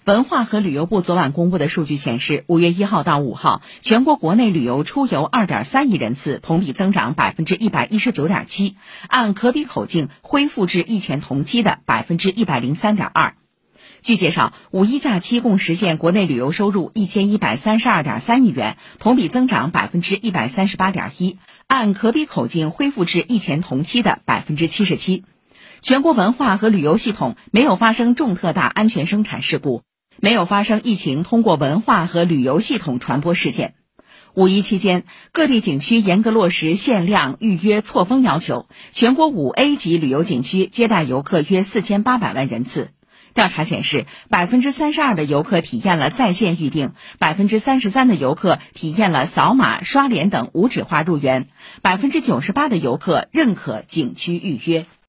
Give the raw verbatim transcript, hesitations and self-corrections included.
文化和旅游部昨晚公布的数据显示，五月一号到五号，全国国内旅游出游 二点三亿人次，同比增长 百分之一百一十九点七， 按可比口径恢复至疫前同期的 百分之一百零三点二。据介绍，五一假期共实现国内旅游收入一千一百三十二点三亿元，同比增长 百分之一百三十八点一， 按可比口径恢复至疫前同期的 百分之七十七。全国文化和旅游系统没有发生重特大安全生产事故，没有发生疫情通过文化和旅游系统传播事件。五一期间，各地景区严格落实限量、预约、错峰要求，全国五 A 级旅游景区接待游客约四千八百万人次。调查显示， 百分之三十二 的游客体验了在线预订， 百分之三十三 的游客体验了扫码、刷脸等无纸化入园， 百分之九十八 的游客认可景区预约。